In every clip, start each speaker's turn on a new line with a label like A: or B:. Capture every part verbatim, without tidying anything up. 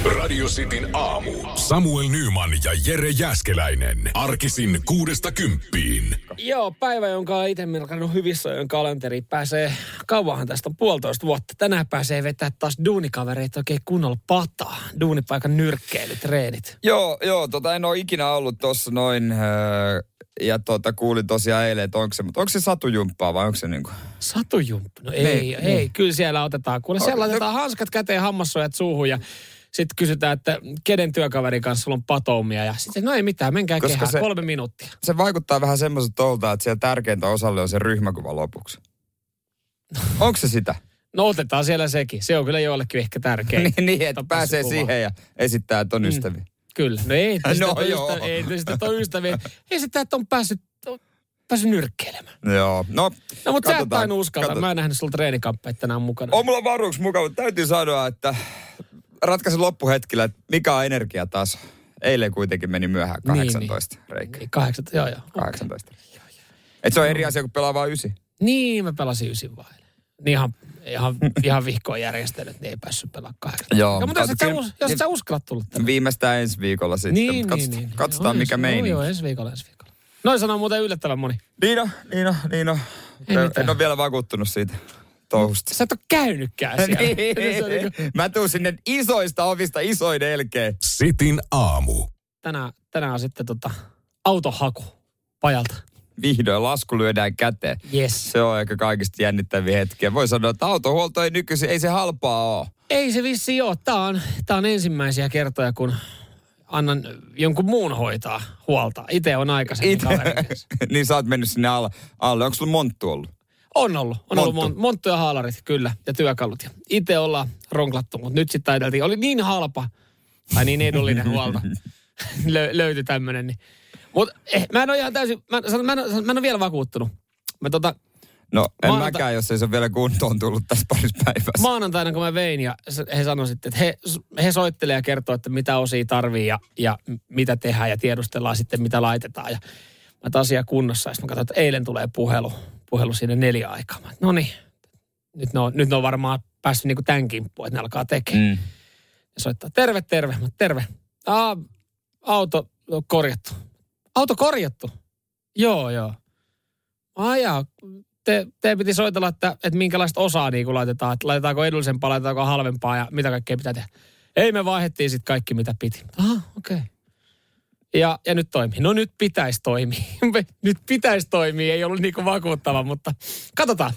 A: Radio Cityn aamu. Samuel Nyman ja Jere Jääskeläinen. Arkisin kuudesta kymppiin.
B: Joo, päivä, jonka olen itse melkannut hyvissä ajoin kalenteriin. Pääsee, kauanhan tästä on puolitoista vuotta. Tänään pääsee vetää taas duunikavereita oikein kunnolla pataa. Duunipaikan nyrkkeilyt, treenit.
C: Joo, joo, tota en ole ikinä ollut tossa noin... Öö, ja tota kuulin tosiaan eilen, että onko se, mutta onko se satujumppaa vai onko se niinku...
B: Satujumppa? No ei,
C: niin,
B: ei.
C: Niin.
B: Kyllä siellä otetaan. Kuule, siellä laitetaan hanskat käteen, hammassuojat suuhun ja sitten kysytään, että kenen työkaverin kanssa sulla on patoumia. Ja sitten no ei mitään, menkää
C: Koska
B: kehään,
C: se,
B: kolme minuuttia.
C: Se vaikuttaa vähän semmoiselta tolta, että siellä tärkeintä osalle on se ryhmäkuva lopuksi. Onko se sitä?
B: No otetaan siellä sekin. Se on kyllä joillekin ehkä tärkein.
C: niin, niin, että pääsee kuva siihen ja esittää, että on mm. ystäviä.
B: Kyllä. No ei,
C: no,
B: no, ystäviä, ei sitä ole ystäviä. Esittää, että on päässyt, on päässyt nyrkkeilemään.
C: Joo. No,
B: no mutta sä et aina uskalta. Mä en nähnyt sulla treenikamppeita tänään mukana.
C: On mulla varuuksi mukava. Täytyy sanoa, että ratkaisin loppuhetkellä, että mikä on energiataso. Eilen kuitenkin meni myöhään kahdeksantoista niin, reikää.
B: Niin, kahdeksantoista, joo joo.
C: kahdeksantoista. Okay. Et se on eri asia, kun pelaa vaan ysi.
B: Niin, mä pelasin ysin vaille. Niin ihan, ihan, ihan vihkoon järjestelyt, niin ei päässyt pelaa kahdeksan.
C: Joo.
B: Ja, mutta jos et, sä, us, jos et sä uskallat tulla tänne.
C: Viimeistään ensi viikolla sitten.
B: Niin,
C: katsotaan,
B: niin, niin.
C: katsotaan
B: no,
C: mikä meininki.
B: Joo, joo, ensi viikolla, ensi viikolla. Noin sanoo muuten yllättävän moni.
C: Niin on, niin on, niin on. En, en ole vielä vakuuttunut siitä touhusta.
B: Sä et ole käynytkään siellä.
C: niin, niin kuin... Mä tuun sinne isoista ovista isoin elkeen.
A: Cityn aamu.
B: Tänään, tänään on sitten tota, autohaku pajalta.
C: Vihdoin lasku lyödään käteen.
B: Yes.
C: Se on ehkä kaikista jännittäviä hetkiä. Voi sanoa, että autohuolto ei nykyisin, ei se halpaa ole.
B: Ei se vissi ole. Tää on, tää on ensimmäisiä kertoja, kun annan jonkun muun hoitaa huolta. Itse on aikaisemmin kaverin.
C: Niin sä oot mennyt sinne alle. alle. Onko sulla monttu ollut?
B: On ollut. On
C: monttu.
B: ollut monttu ja haalarit, kyllä. Ja työkalut. Ja itse ollaan ronklattu, mutta nyt sitten ajateltiin, oli niin halpa, tai niin edullinen huolto. Lö, löytyi tämmönen. Niin. Mutta eh, mä en ole ihan täysin, mä, mä, en, mä en ole vielä vakuuttunut. Mä tota...
C: No en
B: maananta-
C: mäkään, jos ei se ole vielä kuntoon tullut tässä parissa päivässä.
B: Maanantaina, kun mä vein ja he sanoivat sitten, että he, he soittelee ja kertoo, että mitä osia tarvii ja, ja mitä tehdään ja tiedustellaan sitten, mitä laitetaan. Ja mä taas asia kunnossa ja sitten mä katsoin, että eilen tulee puhelu, puhelu sinne neljä aikaa. No niin, nyt ne on, nyt ne on varmaan päässyt niinku tämän kimppuun, että ne alkaa tekemään. Mm. Ja soittaa, terve, terve, mä terve. Aa, auto korjattu. Auto korjattu? Joo, joo. Ai jaa. Te, te piti soitella, että, että minkälaista osaa niin laitetaan. Että laitetaanko edullisempaa, laitetaanko halvempaa ja mitä kaikkea pitää tehdä. Ei, me vaihdettiin sitten kaikki, mitä piti. Aha, okei. Okay. Ja, ja nyt toimii. No nyt pitäisi toimia. Nyt pitäisi toimia. Ei ollut niin kuin vakuuttava, mutta katsotaan.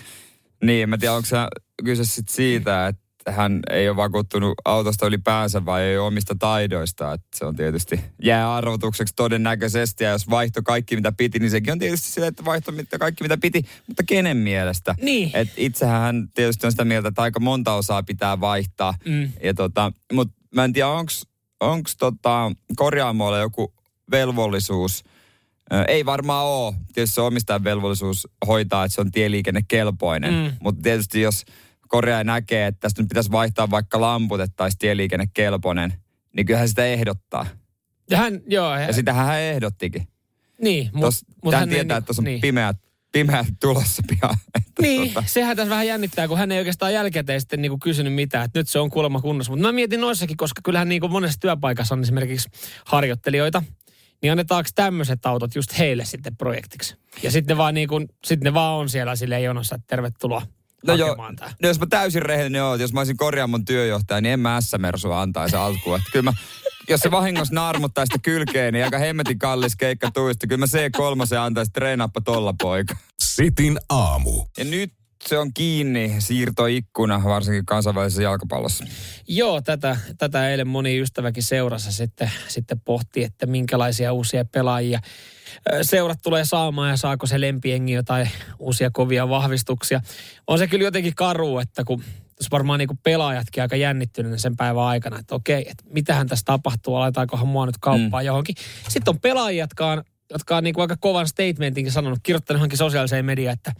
C: Niin, mä tiedän, onko se kyse sitten siitä, että hän ei ole vakuuttunut autosta ylipäänsä vai ei ole omista taidoista. Että se on tietysti jää arvotukseksi todennäköisesti. Ja jos vaihto kaikki mitä piti, niin sekin on tietysti sitä, että vaihto kaikki mitä piti. Mutta kenen mielestä?
B: Niin.
C: Et itsehän hän tietysti on sitä mieltä, että aika monta osaa pitää vaihtaa. Mm. Ja tota, mutta mä en tiedä, onko tota, korjaamoilla joku velvollisuus. Ö, ei varmaan ole. Tietysti se on omistajan velvollisuus hoitaa, että se on tieliikennekelpoinen. Mm. Mutta tietysti jos korjaaja näkee, että tästä nyt pitäisi vaihtaa vaikka lamput, että taisi tieliikennekelpoinen, niin kyllähän sitä ehdottaa.
B: Ja hän, joo. Hän...
C: Ja sitähän hän ehdottikin.
B: Niin, mutta
C: mut hän tietää, niin, että tuossa on niin. pimeät, pimeät tulossa pian.
B: Niin, tota. Sehän tässä vähän jännittää, kun hän ei oikeastaan jälkikäteen sitten niinku kysynyt mitään, että nyt se on kuulemma kunnossa. Mutta mä mietin noissakin, koska kyllähän niinku monessa työpaikassa on esimerkiksi harjoittelijoita, niin annetaanko tämmöiset autot just heille sitten projektiksi? Ja sitten ne vaan, niinku, sit ne vaan on siellä silleen jonossa, että tervetuloa.
C: No joo, no jos mä täysin rehellinen oon, jos mä olisin korjaamon työjohtaja, niin en mä S-mersua antaisi alkuun. Että kyllä mä, jos se vahingossa naarmuttaa sitä kylkeen, niin aika hemmetin kallis keikka tuista. Kyllä mä C kolme antaisin, treenaappa tolla poika.
A: Cityn aamu.
C: Ja nyt se on kiinni siirtoikkuna, varsinkin kansainvälisessä jalkapallossa.
B: Joo, tätä, tätä eilen moni ystäväkin seurassa sitten, sitten pohti, että minkälaisia uusia pelaajia seurat tulee saamaan ja saako se lempiengi jotain uusia kovia vahvistuksia. On se kyllä jotenkin karu, että kun tässä varmaan niin kuin pelaajatkin aika jännittyneet sen päivän aikana, että okei, että mitähän tässä tapahtuu, laitaankohan mua nyt kauppaan mm. johonkin. Sitten on pelaajia, jotka on, jotka on niin kuin aika kovan statementinkin sanonut, kirjoittanut johonkin sosiaaliseen mediaan, että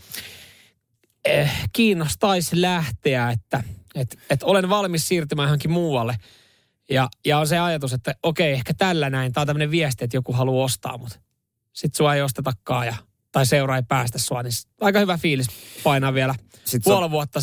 B: eh, kiinnostaisi lähteä, että et, et olen valmis siirtymään johonkin muualle. Ja, ja on se ajatus, että okei, ehkä tällä näin, tämä on tämmöinen viesti, että joku haluaa ostaa mut. Sitten sua ei ostetakaan ja, tai seura ei päästä sua, niin aika hyvä fiilis painaa vielä puoli vuotta siellä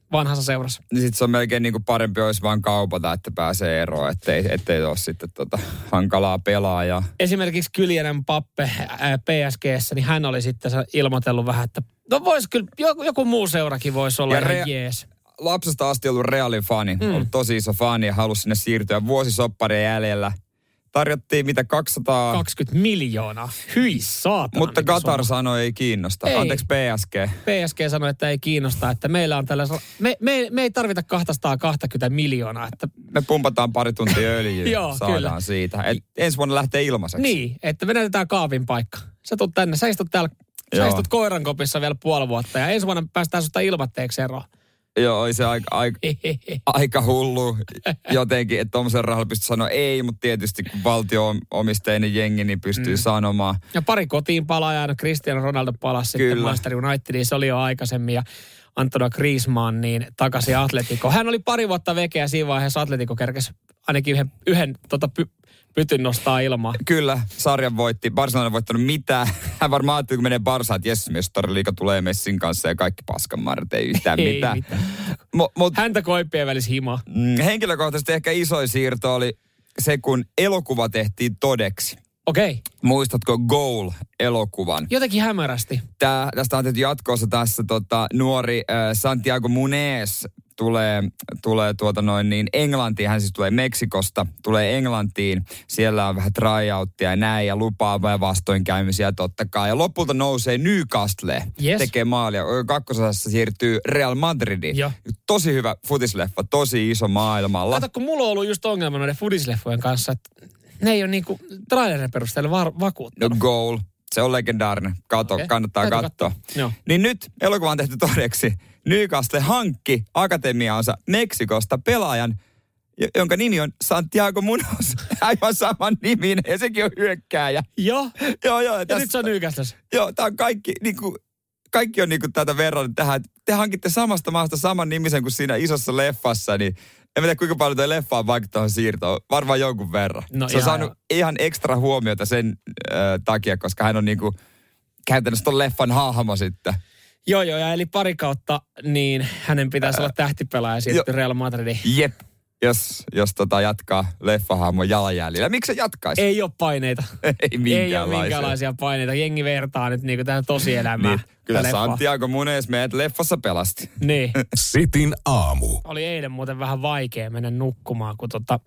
B: vanhassa seurassa.
C: Niin sit se on melkein niinku parempi olisi vaan kaupata, että pääsee eroon, ettei, ettei ole sitten tota hankalaa pelaajaa.
B: Esimerkiksi Kyljenen Pappe ää, P S G:ssä, niin hän oli sitten ilmoitellut vähän, että no vois kyllä, joku, joku muu seurakin voisi olla ja ihan rea- jees.
C: Lapsesta asti ollut Realin fani, mm. ollut tosi iso fani ja halusi sinne siirtyä vuosisopparien jäljellä. Tarjottiin mitä kaksisataa...
B: kaksikymmentä miljoonaa. Hyi saatana.
C: Mutta Qatar sanoi ei kiinnosta. Ei. Anteeksi P S G.
B: P S G sanoi, että ei kiinnosta, että meillä on tällainen... Me, me, me ei tarvita kaksisataakaksikymmentä miljoonaa. Että...
C: Me pumpataan pari tuntia öljyä.
B: Joo,
C: saadaan
B: kyllä.
C: siitä. Et ensi vuonna lähtee ilmaiseksi.
B: Niin, että me näytetään kaapin paikka. Sä tulet tänne, sä istut täällä, sä istut koirankopissa vielä puoli vuotta ja ensi vuonna päästään susta ilmatteeksi eroon.
C: Joo, oli se aika, aika, aika hullu jotenkin, että tuommoisen rahalla pystyy sanoa ei, mutta tietysti kun valtio-omisteinen jengi, niin pystyy mm. sanomaan. Ja
B: pari kotiin palaa, Cristiano Ronaldo palasi Kyllä. sitten Manchester Unitediin, se oli jo aikaisemmin ja Antonio Griezmann niin takaisin Atletico. Hän oli pari vuotta vekeä siinä vaiheessa Atletico kerkesi ainakin yhden, yhden tota, py, pytyn nostaa ilmaa.
C: Kyllä, sarjan voitti. Barcelona ei voittanut mitään. Hän varmaan ajatteli, kun menee Barsaan, että jes, mestariliiga tulee Messin kanssa ja kaikki paskanmarret, ei yhtään
B: ei
C: mitään.
B: mitään.
C: Mo, mut,
B: Häntä koippien välissä himaa.
C: Mm, henkilökohtaisesti ehkä isoin siirto oli se, kun elokuva tehtiin todeksi.
B: Okei. Okay.
C: Muistatko Goal-elokuvan?
B: Jotenkin hämärästi.
C: Tää, tästä on tehty jatkossa tässä tota, nuori äh, Santiago Munez tulee, tulee tuota noin niin Englantiin. Hän siis tulee Meksikosta, tulee Englantiin. Siellä on vähän tryouttia ja näin ja lupaa vai vastoinkäymisiä totta kai. Ja lopulta nousee Newcastle,
B: yes.
C: tekee maalia. Kakkososassa siirtyy Real Madridiin.
B: Jo.
C: Tosi hyvä futisleffa, tosi iso maailmalla.
B: Kato, kun mulla on ollut just ongelma noiden futisleffojen kanssa, että ne ei ole niinku trailerin perusteella va- vakuuttanut.
C: No Goal. Se on legendaarinen. Kato, okay. Kannattaa katsoa. Niin nyt elokuva on tehty todeksi. Newcastle hankki akatemiaansa Meksikosta pelaajan, jonka nimi on Santiago Munoz. Aivan saman niminen ja sekin on hyökkääjä.
B: Joo.
C: joo, joo.
B: Ja
C: tästä,
B: nyt se on Newcastle.
C: Joo, tää on kaikki, niinku, kaikki on niinku tätä verran tähän, että te hankitte samasta maasta saman nimisen kuin siinä isossa leffassa, niin en tiedä, kuinka paljon tuo leffa on vaikka tuohon siirtoon. Varmaan jonkun verran. No, se on saanut ihan, ihan ekstra huomiota sen äh, takia, koska hän on niinku käytännössä ton leffan hahmo sitten.
B: Joo, joo, ja eli pari kautta, niin hänen pitäisi äh, olla tähtipelaaja siirtyä Real Madridiin.
C: Jep, jos, jos tota jatkaa leffahahmon jalanjäljellä. Miksi se jatkaisi?
B: Ei ole paineita.
C: Ei minkäänlaisia.
B: Ei ole minkäänlaisia paineita. Jengi vertaa nyt niinku tähän tosielämään.
C: Niin. Kyllä Santiago Munez meidät leffassa pelasti.
B: Niin.
A: Sitin aamu.
B: Oli eilen muuten vähän vaikea mennä nukkumaan, kun tota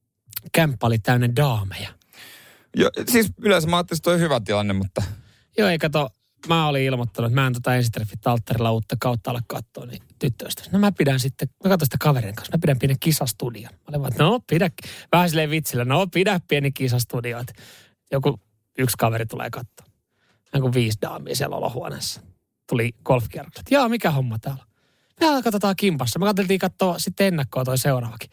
B: kämppä oli täynnä daameja.
C: Joo, siis yleensä mä ajattelin, että toi on hyvä tilanne, mutta...
B: Joo, ei kato, mä olin ilmoittanut, että mä en tota ensitreffit alttarilla uutta kautta ala katsoa, niin tyttöystävästi. No mä pidän sitten, mä katson sitä kaverin kanssa, mä pidän pienen kisastudion. Mä olin vaan, että no pidä, vähän silleen vitsillä, no pidä pieni kisastudio, että joku yksi kaveri tulee katsoa. Hän kuin viisi daamia siellä olohuoneessa. Tuli golfkierrokset. Jaa, mikä homma täällä? Me katsotaan kimpassa. Me katseltiin katsoa sitten ennakkoa toi seuraavakin.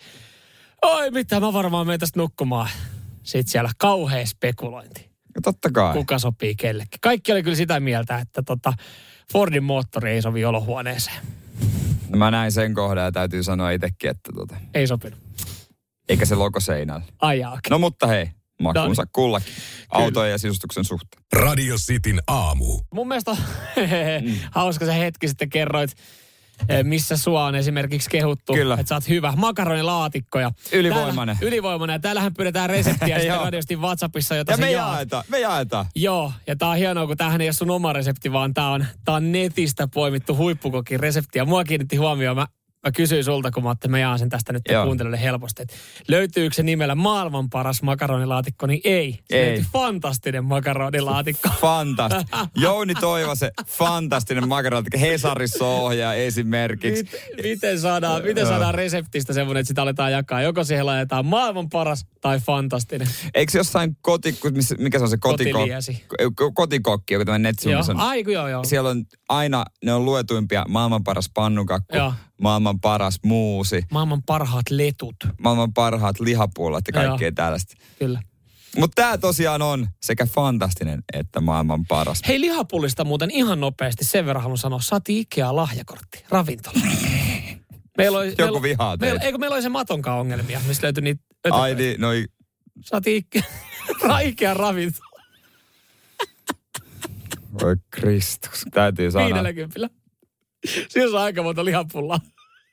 B: Oi mitä, mä varmaan menen tästä nukkumaan. Sitten siellä kauhea spekulointi.
C: Ja totta kai.
B: Kuka sopii kellekin. Kaikki oli kyllä sitä mieltä, että tota Fordin moottori ei sovi olohuoneeseen.
C: No mä näin sen kohdan ja täytyy sanoa itsekin, että tota...
B: Ei sopinut.
C: Eikä se logo seinällä.
B: Ai jaa, okay.
C: No mutta hei, makuunsa kullakin. Autojen ja sisustuksen suhteen.
A: Radio Cityn aamu.
B: Mun mielestä on mm. hauska se hetki sitten kerroit, missä sua on esimerkiksi kehuttu, Kyllä. että sä oot hyvä. Makaronilaatikko ja...
C: Ylivoimainen.
B: Täällä, ylivoimainen. Ja täällähän pyydetään reseptiä sitten radiosti WhatsAppissa, jota
C: ja
B: se
C: me
B: jaat.
C: jaetaan, me jaetaan.
B: Joo, ja tää on hienoa, kun tämähän ei ole sun oma resepti, vaan tää on, tää on netistä poimittu huippukokin resepti. Ja mua kiinnitti huomioon, mä, mä kysyin sulta, kun mä ajattelin, mä jaan sen tästä nyt kuuntelijoille helposti. Että löytyykö se nimellä maailman paras makaronilaatikko, niin ei. Se ei. Löytyy fantastinen makaronilaatikko.
C: Fantastinen. Jouni Toivosen fantastinen makaronilaatikko. Hesarissa ohjaa esimerkiksi.
B: Miten, miten saadaan, miten saadaan reseptistä semmoinen, että sitä aletaan jakaa? Joko siihen laitetaan maailman paras tai fantastinen.
C: Eikö jossain koti, mikä se on se kotikokki? Kotikokki, joku tämmöinen netsimuisen.
B: Joo, aiku joo joo.
C: Siellä on aina, ne on luetuimpia maailman paras pannukakku. Joo. Maailman paras muusi.
B: Maailman parhaat letut.
C: Maailman parhaat lihapullat ja kaikkea Joo. tällaista.
B: Kyllä.
C: Mutta tämä tosiaan on sekä fantastinen että maailman paras.
B: Hei, lihapullista muuten ihan nopeasti sen verran haluan sanoa. Saatiin Ikea lahjakortti ravintola. Meillä oli,
C: Joku meillä, vihaa teitä.
B: Meillä, eikö meillä oli se matonkaan ongelmia, mistä löytyi niitä
C: ötököitä? Ai niin, noi...
B: Saatiin Ikea, Ikea ravintola.
C: Voi Kristus, täytyy sanoa.
B: Viidellä kympillä. Siinä on aika monta lihapullaa.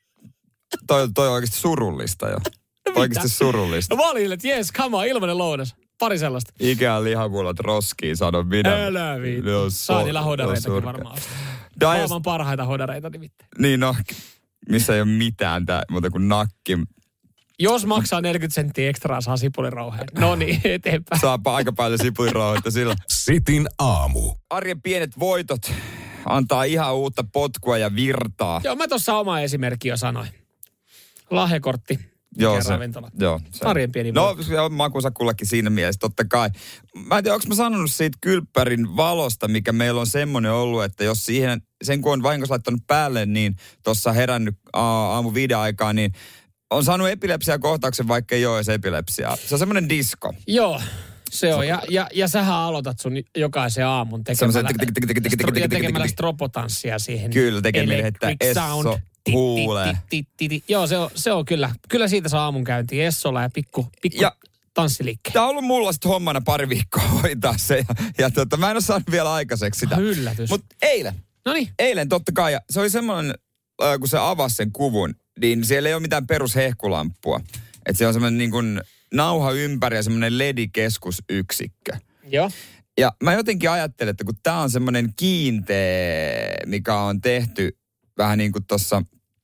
C: toi, toi on oikeasti surullista jo.
B: No
C: oikeasti surullista.
B: No mä olin, että jes, come on, ilmanen lounas. Pari sellaista.
C: Ikään lihavuolat roskiin, sanon minä.
B: Älä viitti.
C: So,
B: Saa niillä hodareitakin varmaan. Maailman parhaita hodareita nimittäin.
C: Niin no, missä ei ole mitään tää, muuta kuin nakki.
B: Jos maksaa neljäkymmentä senttiä ekstraa, saa sipulirauheen. No niin, eteenpäin.
C: Saapa aika paljon sipulirauhetta sillä.
A: Sitin aamu.
C: Arjen pienet voitot antaa ihan uutta potkua ja virtaa.
B: Joo, mä tuossa oma esimerkki jo sanoin. Lahjakortti.
C: Joo, se, joo, se.
B: Arjen pieni
C: no,
B: voitto.
C: se on makunsa kullakin siinä mielessä, totta kai. Mä en tiedä, onko mä sanonut siitä kylppärin valosta, mikä meillä on semmoinen ollut, että jos siihen, sen kun on vahingossa laittanut päälle, niin tuossa herännyt aa, aamu viiden aikaa, niin on saanut epilepsia kohtauksen, vaikka ei ole edes epilepsiaa. Se on semmoinen disko.
B: Joo, se on. Ja, ja, ja sähän aloitat sun jokaisen aamun tekemällä, tekemällä stropotanssia siihen.
C: Kyllä, tekeminen, että Esso huulee.
B: Joo, se on, se on kyllä. Kyllä siitä saa aamun käyntiin Essolla ja pikku, pikku ja tanssiliikkeen.
C: Tämä on ollut mulla sitten hommana pari viikkoa hoitaa se. Ja, ja tota, mä en ole saanut vielä aikaiseksi sitä.
B: Yllätys.
C: Mutta eilen.
B: Noniin.
C: Eilen totta kai. Ja se oli semmoinen, äh, kun se avasi sen kuvun, niin siellä ei ole mitään perushehkulampua. Että se on semmoinen niin kuin nauha ympäri ja semmoinen L E D-keskusyksikkö.
B: Joo.
C: Ja mä jotenkin ajattelen, että kun tää on semmoinen kiinteä, mikä on tehty vähän niin kuin tuossa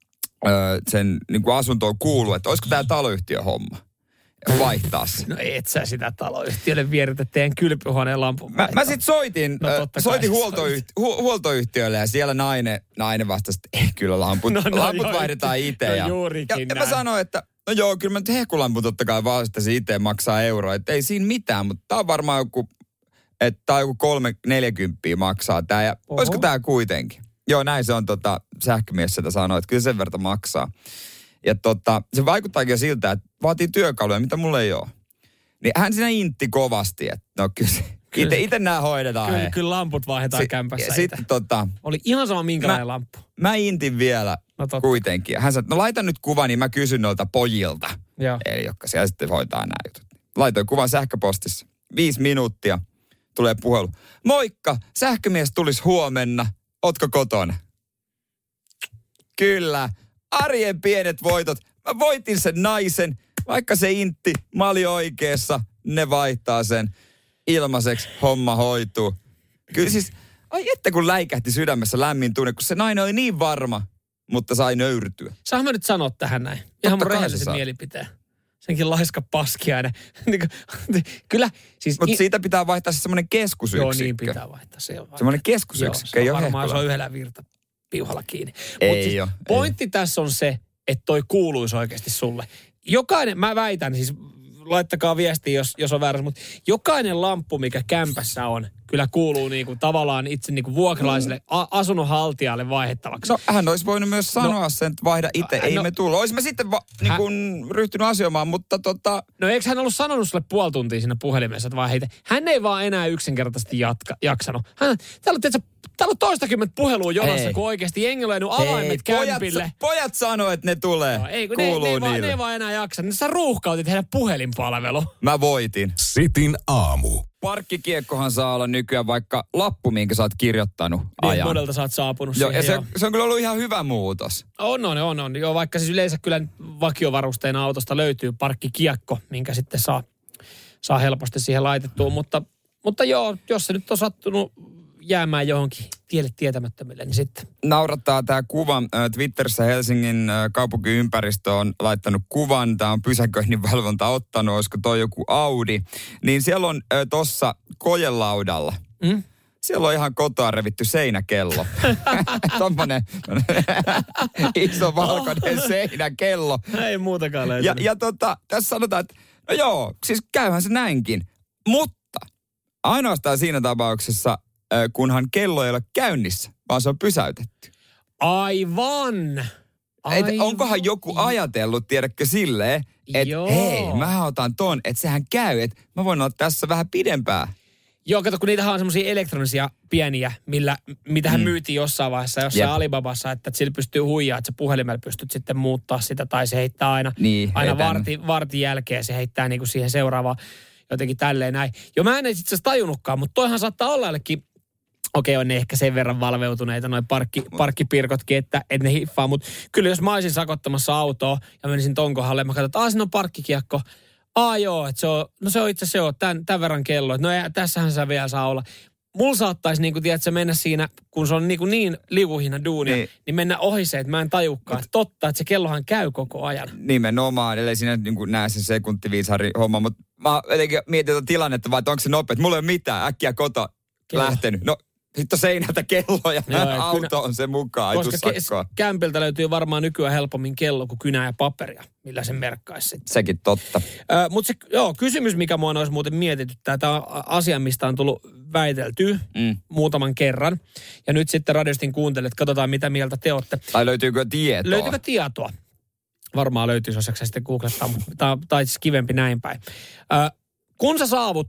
C: sen niin kuin asuntoon kuuluu, että olisiko tää taloyhtiön homma vaihtaa se.
B: No et sä sitä taloyhtiölle vieritä teidän kylpyhuoneen lampun.
C: Mä, mä sit soitin,
B: no,
C: soitin huoltoyhti- hu- huoltoyhtiölle ja siellä nainen, nainen vastasi, että ei kyllä lamput, no, no, lamput joo, vaihdetaan itse.
B: No
C: ja,
B: juurikin
C: ja, ja mä sanoin, että no joo, kyllä mä nyt hehkulampun totta kai vastaisin itse maksaa euroa. Että ei siinä mitään, mutta tää on varmaan joku, että tää on joku kolme neljäkymppiä maksaa tää. Ja oho. Olisiko tää kuitenkin? Joo, näin se on tota, sähkömies sitä sanoi, että kyllä sen verran maksaa. Ja tota, se vaikuttaakin jo siltä, että vaatii työkaluja, mitä mulla ei ole. Niin hän siinä intti kovasti, että no kyllä itse, itse nämä hoidetaan.
B: Kyllä, kyllä lamput vaihdetaan si- kämpässä
C: sitten tota...
B: Oli ihan sama minkälainen
C: mä,
B: lamppu.
C: Mä intin vielä no kuitenkin. Hän sanoi, no laita nyt kuva, niin mä kysyn noilta pojilta.
B: Joo.
C: Eli jotka siellä sitten hoitaa nämä jutut. Laitoin kuvan sähköpostissa. Viisi minuuttia. Tulee puhelu. Moikka, sähkömies tulisi huomenna. Ootko kotona? Kyllä. Arjen pienet voitot. Mä voitin sen naisen. Vaikka se intti, mä olin oikeassa. Ne vaihtaa sen. Ilmaiseksi homma hoituu. Kyllä siis, ai että kun läikähti sydämessä lämmin tunne, kun se nainen oli niin varma, mutta sai nöyrtyä.
B: Saanko mä nyt sanoa tähän näin? Ihan mun rehellisen mielipiteen. Senkin laiska paskiainen. Kyllä. Siis
C: mutta i- siitä pitää vaihtaa se semmoinen keskusyksikkö.
B: Joo, niin pitää vaihtaa. Se on
C: semmoinen keskusyksikkö.
B: Joo, se on varmaan se on yhdellä virta piuhalla kiinni.
C: Ei
B: siis
C: jo.
B: Pointti
C: ei.
B: tässä on se, että toi kuuluisi oikeasti sulle. Jokainen, mä väitän siis, laittakaa viestiä, jos, jos on väärässä, mutta jokainen lamppu, mikä kämpässä on, kyllä kuuluu niinku tavallaan itse niinku vuokralaiselle a- asunnonhaltijalle vaihdettavaksi.
C: No hän olisi voinut myös sanoa no, sen, että vaihda itse, ei no, me tulla. Olisimme sitten va, niin kuin ryhtynyt asioimaan, mutta tota...
B: No eikö hän ollut sanonut sulle puoli tuntia siinä puhelimessa, että vaihda itse? Hän ei vaan enää yksinkertaisesti jatka, jaksanut. Hän, täällä on tietysti, täällä on toistakymmentä puhelua jonossa, kun oikeasti jengi on löynyt avaimet kämpille.
C: Pojat, pojat sanoo, että ne tulee. No, ei, kun kuuluu
B: ne, ne,
C: niille.
B: Ne ei vaan enää jaksa. Ne sä ruuhkautit heidän puhelinpalvelu.
C: Mä voitin.
A: Sitin aamu.
C: Parkkikiekkohan saa olla nykyään vaikka lappu, minkä sä oot kirjoittanut ajan.
B: Niin, monelta sä oot saapunut
C: joo,
B: siihen.
C: Ja se,
B: joo.
C: se on kyllä ollut ihan hyvä muutos.
B: On, on, on. on. Joo, vaikka siis yleensä kyllä vakiovarusteena autosta löytyy parkkikiekko, minkä sitten saa, saa helposti siihen laitettua. Mutta, mutta joo, jos se nyt on sattunut jäämään johonkin tielle tietämättömille, niin sitten.
C: Naurattaa tämä kuva. Twitterissä Helsingin kaupunkiympäristö on laittanut kuvan. Tämä on pysäköinninvalvonta ottanut, olisiko toi joku Audi. Niin siellä on tuossa kojelaudalla. Mm? Siellä on ihan kotoa revitty seinäkello. Tommonen iso valkoinen oh. seinäkello.
B: Ei muutakaan löytynyt.
C: Ja, ja tota, tässä sanotaan, että no joo, siis käyhän se näinkin. Mutta ainoastaan siinä tapauksessa, kunhan kello ei ole käynnissä, vaan se on pysäytetty.
B: Aivan! Aivan.
C: Et onkohan joku ajatellut, tiedätkö, silleen, että hei, mä otan ton, että sehän käy, että mä voin olla tässä vähän pidempään.
B: Joo, kato, kun niitähän on semmoisia elektronisia pieniä, millä, mitähän mm. myytiin jossain vaiheessa, jossain Jep. Alibabassa, että sillä pystyy huijaa, että sä puhelimella pystyt sitten muuttaa sitä, tai se heittää aina,
C: niin,
B: aina vartin, vartin jälkeen, se heittää niinku siihen seuraavaan, jotenkin tälleen näin. Jo mä en itse asiassa tajunnutkaan, mutta toihan saattaa olla jollekin Okei, on ne ehkä sen verran valveutuneita, noi parkki, parkkipirkotkin, että, että ne hiffaa. Mutta kyllä jos mä olisin sakottamassa autoa ja menisin ton kohdalle, mä katson, että aah, siinä on parkkikiekko. Aa joo, että se on, no se on itse asiassa joo, tämän, tämän verran kello. No ja, tässähän sä vielä saa olla. Mulla saattaisi niin kuin, tiedätkö, mennä siinä, kun se on niin, niin liukuhina duunia, niin. niin mennä ohi se, että mä en tajukaan. Että totta, että se kellohan käy koko ajan. Nimenomaan,
C: eli siinä niin kuin näe se sekuntiviisari homma. Mutta mä jotenkin mietin tuota tilannetta, vai että onko se nopea. Mulla ei ole mitään, äkkiä koto kello lähtenyt. No sitten seinältä kello ja joo, auto kynä, on se mukaan.
B: Koska ke- kämpiltä löytyy varmaan nykyään helpommin kello kuin kynää ja paperia, millä sen merkkaisi sitten.
C: Sekin totta.
B: Ö, mutta se joo, kysymys, mikä mua olisi muuten mietityttää, tämä on asia, mistä on tullut väiteltyä mm. muutaman kerran. Ja nyt sitten radiostin kuuntelet, että katsotaan mitä mieltä te olette.
C: Tai löytyykö tietoa?
B: Löytyykö tietoa? Varmaan löytyisi, jos jaksaa sitten googlettaa, tai, tai siis kivempi näin päin. Ö, kun sä saavut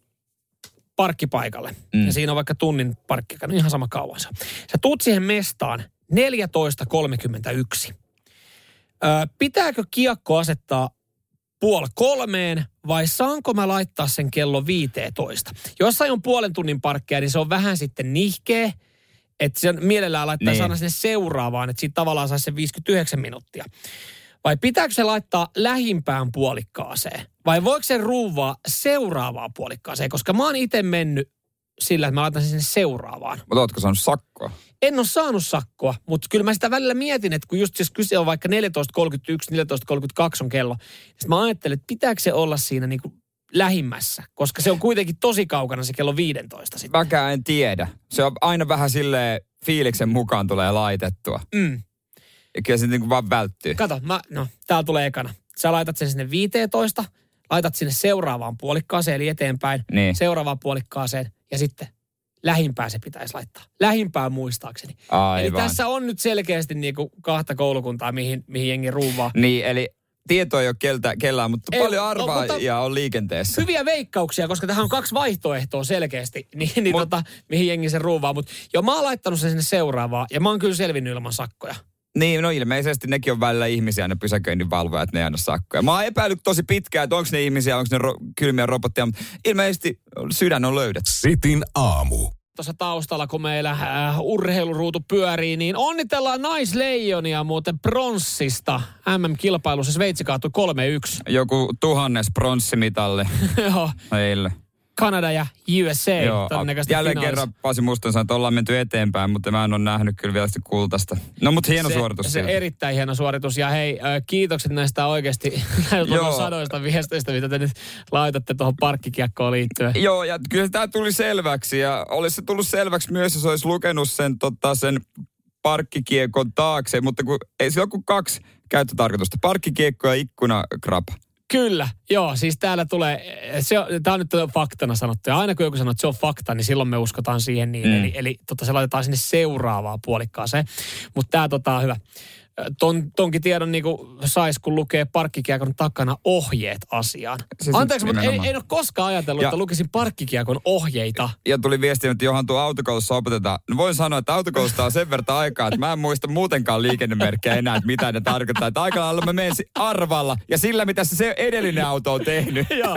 B: parkkipaikalle, mm. ja siinä on vaikka tunnin parkkiaika, no ihan sama kauansa. Sä tuut siihen mestaan neljätoista kolmekymmentäyksi. Ö, pitääkö kiekko asettaa puoli kolmeen vai saanko mä laittaa sen kello viisitoista? Jossain on puolen tunnin parkkeja, niin se on vähän sitten nihkeä, että se mielellään laittaa niin. Sana sinne seuraavaan, että siitä tavallaan saisi sen viisikymmentäyhdeksän minuuttia. Vai pitääkö se laittaa lähimpään puolikkaaseen? Vai voiko se ruuvaa seuraavaan puolikkaaseen? Koska mä oon itse mennyt sillä, että mä laitan sen sinne seuraavaan.
C: Mutta ootko saanut sakkoa?
B: En ole saanut sakkoa, mutta kyllä mä sitä välillä mietin, että kun just jos kyse on vaikka neljätoista kolmekymmentäyksi, neljätoista kolmekymmentäkaksi on kello, niin mä ajattelin, että pitääkö se olla siinä niin kuin lähimmässä, koska se on kuitenkin tosi kaukana se kello viisitoista sitten.
C: Mäkään en tiedä. Se on aina vähän silleen fiiliksen mukaan tulee laitettua. Mm. Ja kyllä se niin kuin vaan välttyy.
B: Kato, mä, no, täällä tulee ekana. Sä laitat sen sinne viisitoista, laitat sinne seuraavaan puolikkaaseen, eli eteenpäin, niin. Seuraavaan puolikkaaseen, ja sitten lähimpään se pitäisi laittaa. Lähimpään muistaakseni. Aivan. Eli tässä on nyt selkeästi niin kuin kahta koulukuntaa, mihin, mihin jengi ruuvaa.
C: Niin, eli tieto ei ole keltä, kellään, mutta ei, paljon arvaa no, ja on liikenteessä.
B: Hyviä veikkauksia, koska tähän on kaksi vaihtoehtoa selkeästi, niin, niin Mut, tota, mihin jengi sen ruuvaa. Mutta jo mä oon laittanut sen sinne seuraavaan, ja mä oon kyllä selvinnyt ilman sakkoja.
C: Niin, no ilmeisesti nekin on välillä ihmisiä, ne pysäköinninvalvojat, ne ei anna sakkoja. Mä oon epäillyt tosi pitkään, että onko ne ihmisiä, onko ne ro- kylmiä robotteja, mutta ilmeisesti sydän on löydetty.
A: Sitin aamu.
B: Tuossa taustalla, kun meillä äh, urheiluruutu pyörii, niin onnitellaan naisleijonia muuten pronssista. M M-kilpailussa Sveitsi kaatui kolme yksi.
C: Joku tuhannes pronssimitalli.
B: Joo.
C: Heille.
B: Kanada ja U S A.
C: Joo, jälleen kerran Pasi Mustonen sanoi, että ollaan menty eteenpäin, mutta mä en ole nähnyt kyllä vielä sitä kultaista. No, mutta hieno
B: se,
C: suoritus.
B: Se
C: siltä.
B: Erittäin hieno suoritus. Ja hei, kiitokset näistä oikeasti sadoista viesteistä, mitä te nyt laitatte tuohon parkkikiekkoon liittyen.
C: Joo, ja kyllä tämä tuli selväksi. Ja olisi se tullut selväksi myös, jos olisi lukenut sen, tota, sen parkkikiekon taakse. Mutta kun, ei sillä ole kuin kaksi käyttötarkoitusta. Parkkikiekko ja ikkunakrapa.
B: Kyllä, joo, siis täällä tulee, se on, tää on nyt faktana sanottu, ja aina kun joku sanoo, että se on fakta, niin silloin me uskotaan siihen niin, mm. eli, eli tota, se laitetaan sinne seuraavaan puolikkaaseen, mutta tää tota on hyvä. Ton, tonkin tiedon niin saisi, kun lukee parkkikiekon takana ohjeet asiaan. Siis anteeksi, mutta en, en ole koskaan ajatellut, ja, että lukisin parkkikiekon ohjeita.
C: Ja tuli viesti, että johan tuo autokoulussa opetetaan. No voin sanoa, että autokoulusta on sen verran aikaa, että mä en muista muutenkaan liikennemerkkejä enää, että mitä ne tarkoittaa. Että aika lailla mä menen arvalla ja sillä, mitä se edellinen auto on tehnyt. Joo.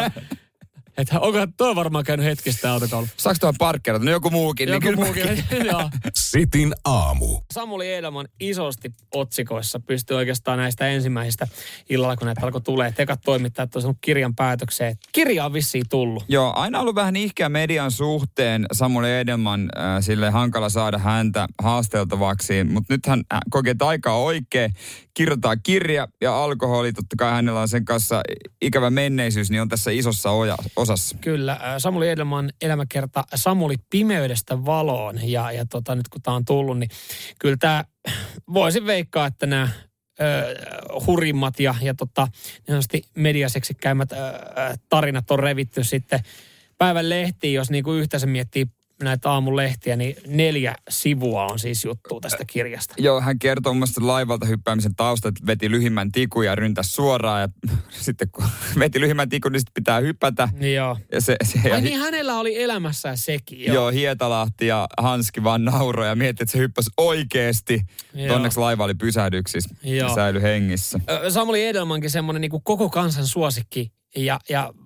B: Että onko toi varmaan käynyt hetkistä autokoulu?
C: Saako tuohon parkkeerata? No joku muukin.
B: Joku
C: niin
B: muukin, joo.
A: Sitin aamu.
B: Samuli Edelman isosti otsikoissa pystyy oikeastaan näistä ensimmäisistä illalla, kun näitä alkoi tulee. Tekat toimittajat on saanut kirjan päätökseen. Kirja on vissiin tullut.
C: Joo, aina ollut vähän ihkeä median suhteen. Samuli Edelman, äh, sille hankala saada häntä haasteltavaksi, mutta nyt hän äh, kokee, että aika on oikea. Kirjoittaa kirja ja alkoholi, totta kai hänellä on sen kanssa ikävä menneisyys, niin on tässä isossa oja, osassa.
B: Kyllä, Samuli Edelman elämäkerta Samuli pimeydestä valoon, ja, ja tota, nyt kun tämä on tullut, niin kyllä tämä, voisin veikkaa, että nämä ö, hurimmat ja, ja tota, niin mediaseksikkäimmät ö, tarinat on revitty sitten päivän lehtiin, jos niinku yhteensä miettii näitä aamun lehtiä, niin neljä sivua on siis juttua tästä kirjasta.
C: Joo, hän kertoo mun mielestä laivalta hyppäämisen tausta, että veti lyhimmän tikun ja ryntäsi suoraan. Ja sitten kun veti lyhimmän tikun, niin sitten pitää hypätä.
B: Joo.
C: Ja se, se,
B: Ai
C: ja
B: niin, hänellä oli elämässään sekin. Joo,
C: joo Hietalahti ja Hanski vaan nauroi ja mietti, että se hyppäsi oikeasti. Onneksi laiva oli pysähdyksissä ja säilyi hengissä.
B: Samuli Edelmankin semmoinen niin kuin koko kansan suosikki ja, ja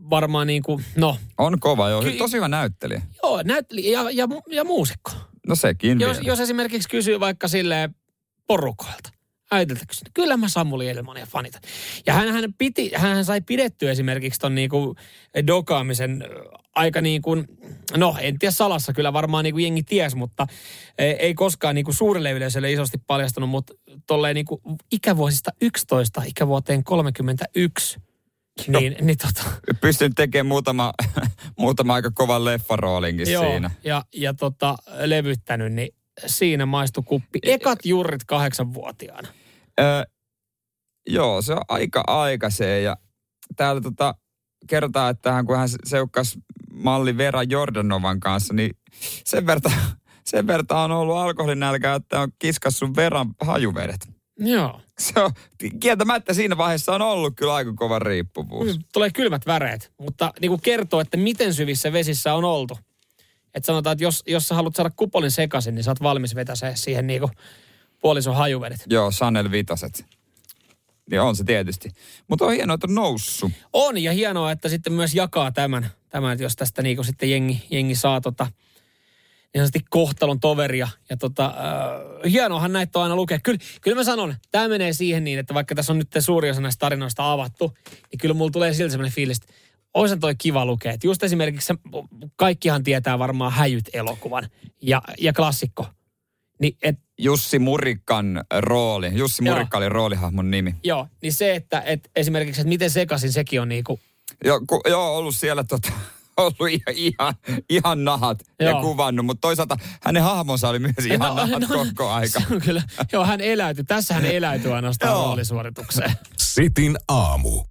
B: varmaan niin kuin, no.
C: On kova, joo.
B: Ky-
C: Tosi hyvä näyttelijä.
B: Joo, näyttelijä ja, ja, ja muusikko.
C: No sekin
B: Jos,
C: vielä.
B: jos esimerkiksi kysyy vaikka silleen porukoilta, äitiltä kysyy, kyllä mä Samuli Edelmania fanitan. Ja hän, hän, piti, hän sai pidettyä esimerkiksi ton niinku dokaamisen aika niin kuin, no en tiedä salassa, kyllä varmaan niin kuin jengi ties, mutta ei, ei koskaan niin kuin suurelle yleisölle isosti paljastunut, mutta tolleen niin kuin ikävuosista yksitoista ikävuoteen kolmekymmentäyksi. Niin, niin tota.
C: Pystyn tekemään muutama, muutama aika kovan leffaroolinkin
B: Joo,
C: siinä.
B: ja, ja tota, levyttänyt, niin siinä maistui kuppi. Ekat jurrit kahdeksanvuotiaana.
C: Öö, joo, se on aika aikaiseen ja täällä tota, kerrotaan, että hän, kun hän seukkasi malli Vera Jordanovan kanssa, niin sen verran, sen verran on ollut alkoholinälkä, että on kiskassut Veran hajuvedet.
B: Joo.
C: Se on, kieltämättä siinä vaiheessa on ollut kyllä aika kova riippuvuus.
B: Tulee kylmät väreet, mutta niin kuin kertoo, että miten syvissä vesissä on oltu. Että sanotaan, että jos, jos sä haluat saada kupolin sekaisin, niin sä oot valmis vetäseen siihen niin kuin puolison hajuvedet.
C: Joo, Chanel vitoset. Niin on se tietysti. Mutta on hienoa, että on noussut.
B: On, ja hienoa, että sitten myös jakaa tämän, tämän että jos tästä niin kuin sitten jengi, jengi saa tota, niin sanotusti kohtalon toveria. Ja tota, äh, hienoahan näitä on aina lukea. Kyllä, kyllä mä sanon, tämä menee siihen niin, että vaikka tässä on nyt suuri osa näistä tarinoista avattu, niin kyllä mulla tulee silti sellainen fiilis, että oisan toi kiva lukea. Että just esimerkiksi se, kaikkihan tietää varmaan Häjyt-elokuvan ja, ja klassikko. Niin, et,
C: Jussi Murikkan rooli. Jussi Murikka oli roolihahmon nimi.
B: Joo, niin se, että et esimerkiksi, että miten sekaisin sekin on niinku.
C: Joo, ku, joo ollut siellä tota, ollut ihan, ihan, ihan nahat joo. ja kuvannut, mutta toisaalta hänen hahmonsa oli myös ihan no, nahat no, koko aika.
B: Se on kyllä, joo, hän eläytyi. Tässä hän eläytyi ainoastaan roolisuoritukseen.
A: Sitin aamu.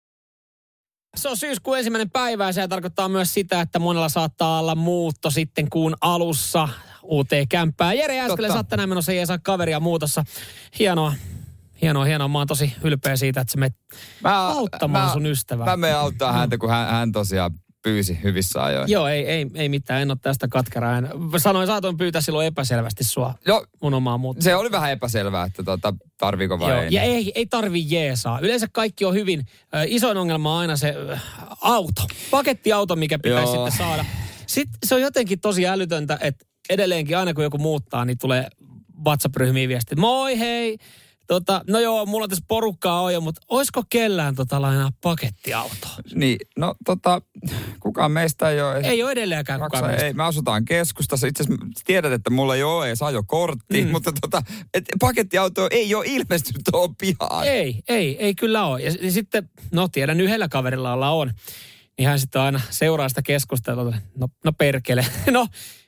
B: Se on syyskuun ensimmäinen päivä ja se tarkoittaa myös sitä, että monella saattaa olla muutto sitten kuun alussa uuteen kämppään. Jere Jääskelä, sä oot tänään menossa ja saa kaveria muutossa. Hienoa. Hienoa, hienoa. Mä oon tosi ylpeä siitä, että sä menet mä, auttamaan mä, sun ystävää.
C: Mä menen auttaa häntä, kun hän, hän tosiaan pyysi hyvissä ajoin.
B: Joo, ei, ei, ei mitään. En ole tästä katkeraa. Sanoin, saatoin pyytää silloin epäselvästi sua Joo, mun omaa muuttua.
C: Se oli vähän epäselvää, että tota, tarviiko vai
B: Joo,
C: ei.
B: Ja ei, ei tarvi jeesaa. Yleensä kaikki on hyvin. Isoin ongelma on aina se auto. Pakettiauto, mikä pitäisi Joo. sitten saada. Sitten se on jotenkin tosi älytöntä, että edelleenkin aina kun joku muuttaa, niin tulee WhatsApp-ryhmiin viestit. Moi hei! Tota, no joo, mulla tässä porukkaa on jo, mutta olisiko kellään tota lainaa pakettiautoa?
C: Niin, no tota, kukaan meistä ei ole...
B: Ei ole edelleenkään kukaan meistä.
C: Ei, me asutaan keskustassa. Itse asiassa tiedät, että mulla ei ole edes ajokortti, mm. mutta tota, et pakettiauto ei ole ilmestynyt tuohon pihaan.
B: Ei, ei, ei kyllä ole. Ja, ja sitten, no tiedän yhdellä kaverilla olla on, niin hän sitten aina seuraa sitä keskustelua. No, no perkele, no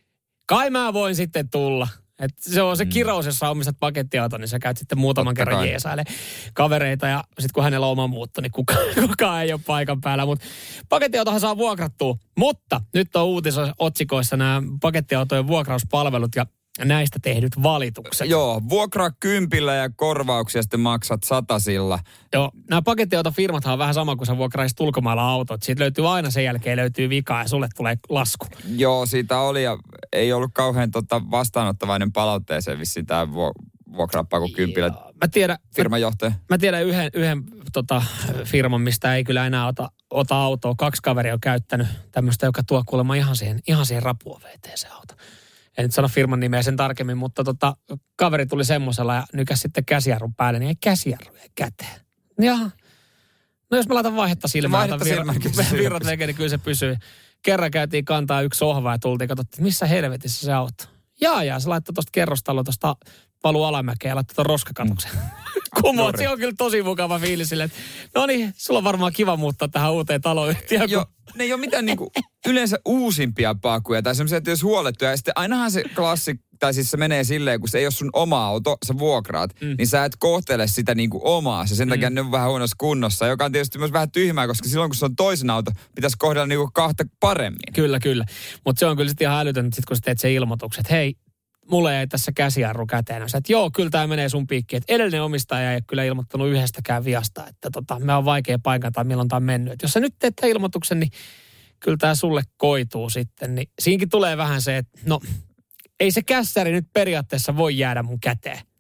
B: kai mä voin sitten tulla. Et se on se kirous, jos sä omistat pakettiauton, niin sä käyt sitten muutaman Totta kerran jeesaille kavereita ja sitten kun hänellä on oma muutto, niin kukaan, kukaan ei ole paikan päällä. Mutta pakettiautohan saa vuokrattua. Mutta nyt on uutisotsikoissa nämä pakettiautojen vuokrauspalvelut ja näistä tehdyt valitukset.
C: Joo, vuokraa kympillä ja korvauksia sitten maksat satasilla.
B: Joo, nämä pakettiautofirmathan on vähän sama kuin sä vuokraisit ulkomailla autot. Siitä löytyy aina sen jälkeen löytyy vikaa ja sulle tulee lasku.
C: Joo, siitä oli ja ei ollut kauhean tota vastaanottavainen palautteeseen vissiin tämä vuokraapaako kympillä
B: mä tiedän,
C: firmanjohtaja.
B: Mä, mä tiedän yhden, yhden tota, firman, mistä ei kyllä enää ota, ota autoa. Kaksi kaveria on käyttänyt tämmöistä, joka tuo kuulemma ihan siihen, ihan siihen rapuoveeteen se auto. En nyt sano firman nimeä sen tarkemmin, mutta tota, kaveri tuli semmoisella ja nykäs sitten käsijarrun päälle, niin ei käsijarruja käteen. Jaha. No jos mä laitan vaihetta silmään,
C: vaihetta silmään
B: vir- virrat veke, niin kyllä se pysyy. Kerran käytiin kantaa yksi sohva ja tultiin, katsottiin, missä helvetissä se auto. Jaa, jaa, se laittoi tuosta kerrostaloa tuosta paluu alamäkeen ja laittoi tuon roskakatuksen. Mm. Kumoot, se on kyllä tosi mukava fiilis sille, että no niin, sulla on varmaan kiva muuttaa tähän uuteen taloyhtiöön.
C: Joo, ne ei ole mitään niinku yleensä uusimpia pakuja tai semmoisia, että jos huolettuja. Ja sitten ainahan se klassi, tai siis se menee silleen, kun se ei ole sun oma auto, sä vuokraat, mm. niin sä et kohtele sitä niinku omaa. Se sen takia mm. ne on vähän huonossa kunnossa, joka on tietysti myös vähän tyhmää, koska silloin kun se on toisen auto, pitäisi kohdella niinku kahta paremmin.
B: Kyllä, kyllä. Mutta se on kyllä sitten ihan älytöntä, sit kun sä teet sen ilmoituksen, että hei, mulla ei tässä käsijarru käteen. Sä, että joo, kyllä tämä menee sun piikkiin. Että edellinen omistaja ei ole kyllä ilmoittanut yhdestäkään viasta, että tota, me on vaikea paikata, milloin tämä on mennyt. Et jos sä nyt teet tämän ilmoituksen, niin kyllä tämä sulle koituu sitten. Niin siinkin tulee vähän se, että no, ei se kässäri nyt periaatteessa voi jäädä mun käteen.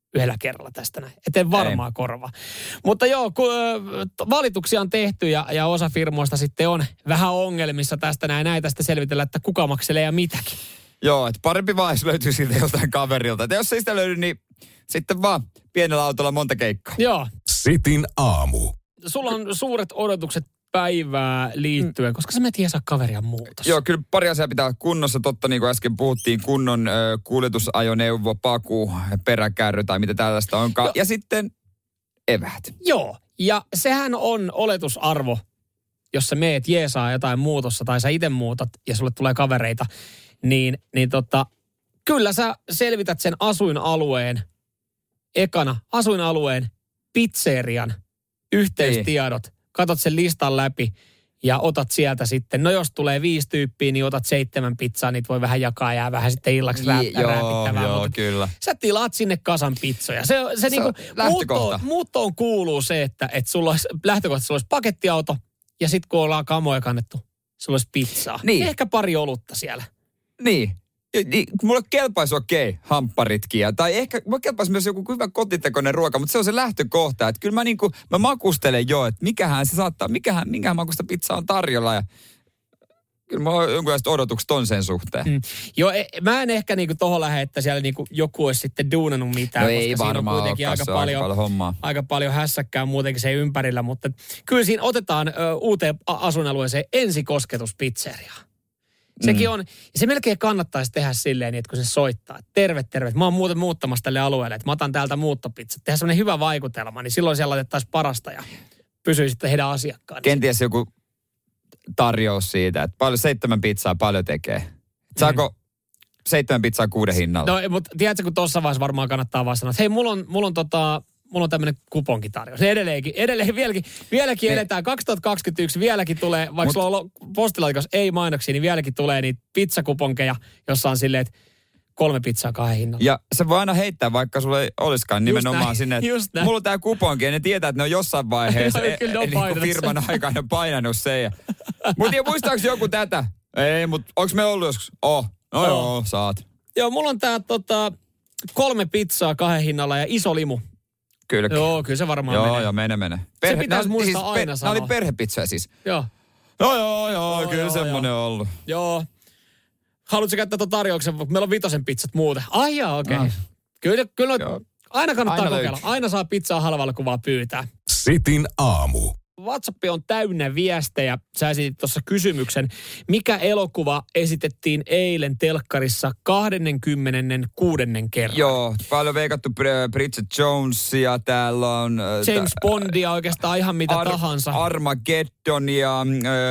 B: yhdellä kerralla tästä näin. Etten varmaan korvaa. Mutta joo, kun valituksia on tehty ja, ja osa firmoista sitten on vähän ongelmissa tästä näin. Näin tästä selvitellä, että kuka makselee ja mitäkin.
C: Joo, että parempi vaan, jos löytyy siltä joltain kaverilta. Että jos ei sitä löydy, niin sitten vaan pienellä autolla monta keikkaa.
B: Joo.
A: Sitin aamu.
B: Sulla on suuret odotukset päivää liittyen, koska sä menet jeesaa kaveria muutos.
C: Joo, kyllä pari asiaa pitää kunnossa. Totta, niin kuin äsken puhuttiin, kunnon ö, kuljetusajoneuvo, paku, peräkärry tai mitä tällaista onkaan. Jo. Ja sitten eväät.
B: Joo, ja sehän on oletusarvo, jos sä meet jeesaa jotain muutossa tai sä itse muutat ja sulle tulee kavereita, niin, niin tota, kyllä sä selvität sen asuinalueen, ekana asuinalueen, pizzerian, yhteystiedot, niin. Katot sen listan läpi ja otat sieltä sitten, no jos tulee viisi tyyppiä, niin otat seitsemän pizzaa, niitä voi vähän jakaa ja vähän sitten illaksi rää,
C: joo,
B: rääpittävää.
C: Joo,
B: mutta
C: kyllä.
B: Sä tilaat sinne kasan pizzoja. Se, se, se niinku, muuttoon, muuttoon kuuluu se, että et sulla olisi, lähtökohtaisesti sulla olisi pakettiauto ja sitten kun ollaan kamoja kannettu, sulla olisi pizzaa.
C: Niin.
B: Ehkä pari olutta siellä.
C: Niin. Niin, mulle kelpaisi okei, okay, hampparitkin. Tai ehkä mulle kelpaisi myös joku hyvä kotitekoinen ruoka, mutta se on se lähtökohta. Että kyllä mä, niinku, mä makustelen jo, että mikähän se saattaa, mikähän, mikähän makusta pizza on tarjolla. Ja kyllä mulla on jonkunlaiset odotukset on sen suhteen. Mm.
B: Joo, e, mä en ehkä niinku tohon lähde, että siellä niinku joku olisi sitten duunannut mitään.
C: No ei varmaan
B: ole kuitenkin aika paljon,
C: aika paljon hommaa.
B: Aika paljon hässäkkää muutenkin se ympärillä, mutta kyllä siinä otetaan ö, uuteen asuinalueeseen ensikosketus pizzeriaan. Sekin on, ja se melkein kannattaisi tehdä silleen, että kun se soittaa, terve, terve, mä oon muuten muuttamassa tälle alueelle, että mä otan täältä muuttopizzat, tehdä semmoinen hyvä vaikutelma, niin silloin siellä laitettaisiin parasta ja pysyisi sitten heidän asiakkaan. Kenties
C: joku tarjous siitä, että paljon seitsemän pizzaa paljon tekee. Saako mm. seitsemän pizzaa kuuden hinnalla?
B: No, mutta tiedätkö, kun tuossa vaiheessa varmaan kannattaa vaan sanoa, että hei, mulla on, mulla on tota... Mulla on tämmöinen kuponkitarjous. Ne edelleenkin, edelleen vieläkin, vieläkin eletään. kaksituhattakaksikymmentäyksi vieläkin tulee, vaikka Mut, sulla on postilaatikossa ei mainoksia, niin vieläkin tulee niitä pizzakuponkeja, jossa on silleen, että kolme pizzaa kahden hinnalla.
C: Ja se voi aina heittää, vaikka sulla ei olisikaan nimenomaan
B: näin,
C: sinne, että mulla on tää kuponki ja ne tietää, että ne on jossain vaiheessa
B: e, kyllä ne on
C: niin firman aikana painanut sen. Mutta muistaaks joku tätä? Ei, mutta onks me ollut joskus? Oh, no oh. joo, saat.
B: Joo, mulla on tää tota, kolme pizzaa kahden hinnalla ja iso limu.
C: Kyllä.
B: Joo, kyllä se varmaan
C: joo,
B: menee.
C: Joo, joo, mene, mene. Perhe,
B: se pitäisi muistaa
C: siis,
B: aina
C: pe,
B: sanoa.
C: Nämä oli perhepizzoja siis.
B: Joo.
C: Joo, joo, joo,
B: joo
C: kyllä
B: joo,
C: semmoinen
B: joo.
C: on ollut.
B: Joo. Haluatko käyttää tuon tarjouksen? Meillä on vitosen pizzat muuten. Ai jaa, okei. Okay. No. Kyllä, kyllä aina kannattaa aina kokeilla. Löytyy. Aina saa pizzaa halvalla, kun vaan pyytää.
A: Sitin aamu.
B: WhatsApp on täynnä viestejä. Sä esitit tuossa kysymyksen. Mikä elokuva esitettiin eilen telkkarissa kaksikymmentäkuusi kerran?
C: Joo, paljon veikattu Bridget Jonesia. Täällä on...
B: James t- Bondia oikeastaan ihan mitä Ar- tahansa.
C: Armageddonia,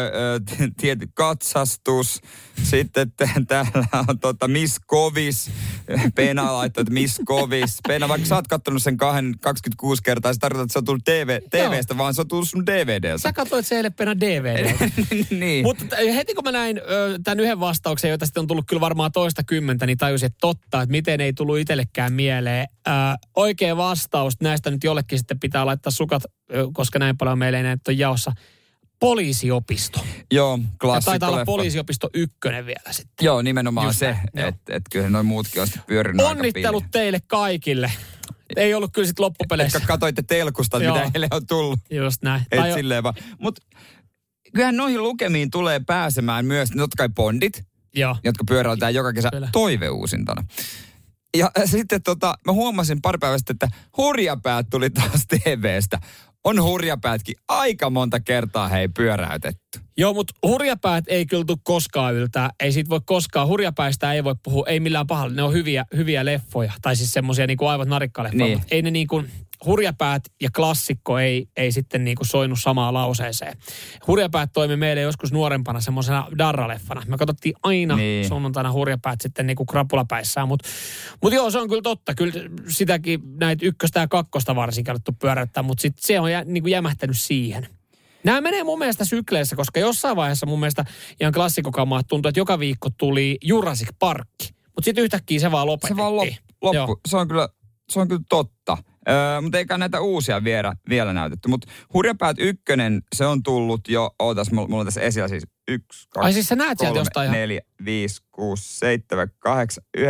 C: tietty katsastus. Sitten t- täällä on tota Miss Kovis. Pena laittoi, että Miss Kovis. Pena, vaikka sä oot kattonut sen kaksikymmentäkuusi kertaa, se tarkoittaa, että se on tullut T V, T V:stä, vaan se on tullut sun D V D:ltä.
B: Sä katsoit se eilen Pena D V D:ltä.
C: Niin.
B: Mutta heti kun mä näin ö, tämän yhden vastauksen, jota sitten on tullut kyllä varmaan toista kymmentä, niin tajusin, että totta, että miten ei tullut itsellekään mieleen. Ö, oikea vastaus, näistä nyt jollekin sitten pitää laittaa sukat, ö, koska näin paljon meillä ei näitä ole jaossa. Poliisiopisto.
C: Joo, klassikko.
B: Ja taitaa olla Poliisiopisto ykkönen vielä sitten.
C: Joo, nimenomaan just se, että et kyllä noin muutkin on sitten pyörinyt
B: Onnittelut teille kaikille. Ei ollut kyllä sitten loppupeleissä.
C: Ehkä katoitte telkusta, mitä heille on tullut.
B: Just näin.
C: Et silleen vaan. Mutta kyllähän noihin lukemiin tulee pääsemään myös, totta kai bondit,
B: Joo.
C: jotka pyöräytään joka kesä kyllä. Toiveuusintana. Ja sitten tota, mä huomasin pari päivää sitten, että Hurjapäät tuli taas T V:stä. On Hurjapäätkin aika monta kertaa hei pyöräytetty.
B: Joo, mutta Hurjapäät ei kyllä tule koskaan yltää. Ei siitä voi koskaan. Hurjapäistä ei voi puhua, ei millään pahalla. Ne on hyviä, hyviä leffoja. Tai siis semmoisia niinku aivan narikkaleffoja.
C: Niin.
B: Mutta ei ne niinku, Hurjapäät ja klassikko ei, ei sitten niinku soinut samaan lauseeseen. Hurjapäät toimi meille joskus nuorempana semmoisena darraleffana. Me katsottiin aina niin. sunnuntaina Hurjapäät sitten niinku krapulapäissään. Mutta mut joo, se on kyllä totta. Kyllä sitäkin näitä ykköstä ja kakkosta varsinkin alettu pyöräyttää. Mutta sitten se on jä, niinku jämähtänyt siihen. Nämä menee mun mielestä sykleissä, koska jossain vaiheessa mun mielestä ihan klassikokamaa tuntuu, että joka viikko tuli Jurassic Park. Mutta sitten yhtäkkiä se vaan lopetettiin.
C: Se vaan lop, loppu. Se on, kyllä, se on kyllä totta. Öö, mutta eikä näitä uusia vielä, vielä näytetty. Mutta Hurjapäät ykkönen, se on tullut jo, ootas, mulla on tässä esillä siis yksi, kaksi,
B: Ai siis sä näet
C: kolme,
B: jostain
C: neljä, viisi, kuusi, seitsemän, kahdeksan, yhdeksän,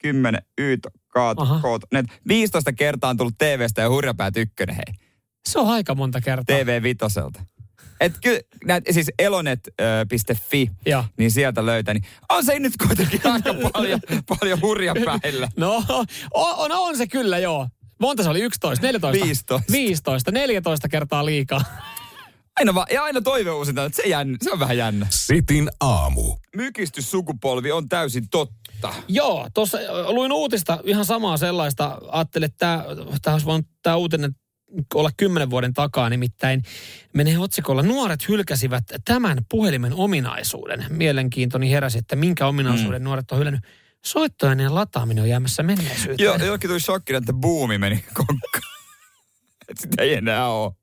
C: kymmenen, yt, kaat, koot. Ne viisitoista kertaa on tullut T V:stä ja Hurjapäät ykkönen, hei.
B: Se on aika monta kertaa.
C: T V vitoselta. Et kyllä, näet, siis elonet piste fi, äh, niin sieltä löytää. Niin on se nyt kuitenkin aika paljon, paljon Hurjapäillä.
B: No, on, on se kyllä, joo. Monta se oli? yksitoista, neljätoista?
C: viisitoista.
B: viisitoista, neljätoista kertaa liikaa.
C: Aina va- ja aina toive uusinta, että se, jännä, se on vähän jännä.
A: Sitin aamu.
C: Mykistyssukupolvi on täysin totta.
B: Joo, tuossa luin uutista ihan samaa sellaista. Ajattelin, että tämä olisi voinut tämä uutinen olla kymmenen vuoden takaa, nimittäin menee otsikolla: nuoret hylkäsivät tämän puhelimen ominaisuuden. Mielenkiintoni heräsi, että minkä ominaisuuden mm. nuoret on hylännyt. Soittoäänien lataaminen on jäämässä menneisyyteen.
C: Joo, jollekin tuli shokkina, että buumi meni konkkaan. Että sitä ei enää ole.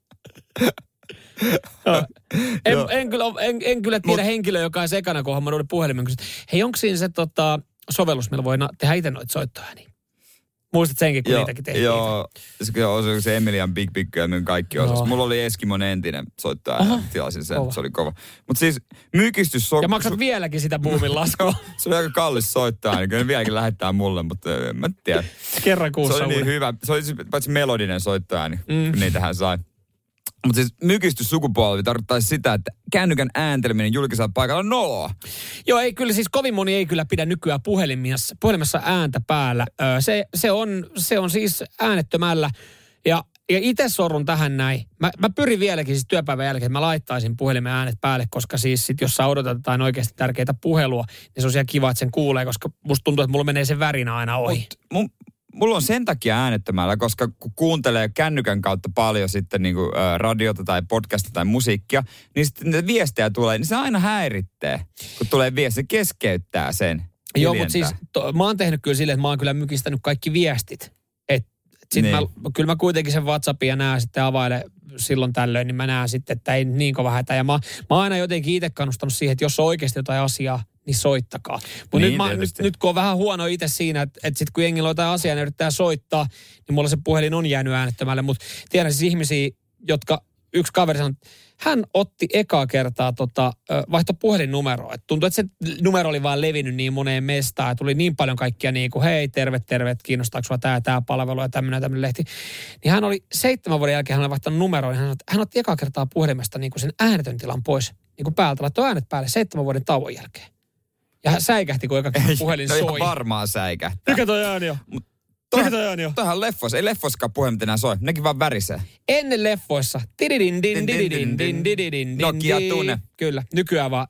B: en, en, kyllä, en, en kyllä tiedä Mut, henkilöä, joka on sekana, kun hommannut uuden puhelimen. Hei, onko siinä se tota, sovellus, millä voi na- tehdä itse noita soittoääniä? Muistat senkin, kun joo, niitäkin tehtiin? Joo,
C: se, se Emilian Big Big ja minun kaikki osas. No. Mulla oli Eskimon entinen soittoääni, tilasin sen, kova. Se oli kova. Mutta siis mykistys...
B: Ja maksat su- vieläkin sitä buumin laskua.
C: Se oli aika kallis soittoääni, kyllä ne vieläkin lähettää mulle, mutta en mä tiedä.
B: Kerran kuussa.
C: Se oli niin hyvä, se oli paitsi melodinen soittoääni, mm. kun niitähän sai. Mutta siis mykistyssukupolvi tarkoittaisi sitä, että kännykän äänteleminen julkisella paikalla on noloa.
B: Joo, ei kyllä, siis kovin moni ei kyllä pidä nykyään puhelimessa, puhelimessa ääntä päällä. Öö, se, se, on, se on siis äänettömällä. Ja, ja itse sorrun tähän näin. Mä, mä pyrin vieläkin siis työpäivän jälkeen, että mä laittaisin puhelimen äänet päälle, koska siis sit, jos sä odotat jotain oikeasti tärkeää puhelua, niin se on siellä kiva, että sen kuulee, koska musta tuntuu, että mulla menee se värinä aina ohi.
C: Mut, mun, Mulla on sen takia äänettömällä, koska kun kuuntelee kännykän kautta paljon sitten niin kuin, ä, radiota tai podcasta tai musiikkia, niin sitten ne viestejä tulee, niin se aina häiritsee, kun tulee viesti, se keskeyttää sen. Hiljentää.
B: Joo, mutta siis to, mä oon tehnyt kyllä silleen, että mä oon kyllä mykistänyt kaikki viestit. Et, et sit niin. mä, kyllä mä kuitenkin sen WhatsAppin ja nää sitten availen silloin tällöin, niin mä näen sitten, että ei niin kova hätä. Ja mä, mä oon aina jotenkin itse kannustanut siihen, että jos on oikeasti jotain asiaa, niin soittakaa. Mutta niin, nyt, nyt, nyt kun on vähän huono itse siinä, että, että sitten kun jengillä on jotain asiaa, ne yrittää soittaa, niin mulla se puhelin on jäänyt äänettömälle. Mutta tiedän siis ihmisiä, jotka yksi kaveri sanoi, että hän otti ekaa kertaa tota, vaihto puhelinnumeroa. Et tuntui, että se numero oli vaan levinnyt niin moneen mestaan. Ja tuli niin paljon kaikkia niin kuin, hei, terve, terve, kiinnostaako sua tämä, tämä palvelu ja tämmöinen tämmöinen lehti. Niin hän oli seitsemän vuoden jälkeen, hän oli vaihtanut numeroa, niin hän, hän otti ekaa kertaa puhelimesta niin kuin sen äänetön tilan pois niin kuin päältä. Laittoi äänet päälle seitsemän vuoden tauon jälkeen. Ja hän säikähti, kun eka puhelin soi.
C: Ei varmaan säikähtää.
B: Mikä toi ääni on? Mikä toi ääni on?
C: Toihan leffoissa. Ei leffoissakaan puhelimet enää soi. Nekin vaan värisee.
B: Ennen leffoissa. Tididin, din, dididin, din, dididin,
C: Nokia tunne.
B: Kyllä. Nykyään vaan.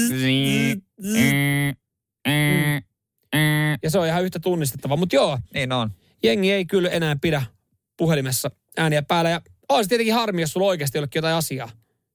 B: Ja se on ihan yhtä tunnistettava. Mutta joo.
C: Niin on.
B: Jengi ei kyllä enää pidä puhelimessa ääniä päällä. Ja on se tietenkin harmi, jos sulla oikeasti jollekin jotain asiaa.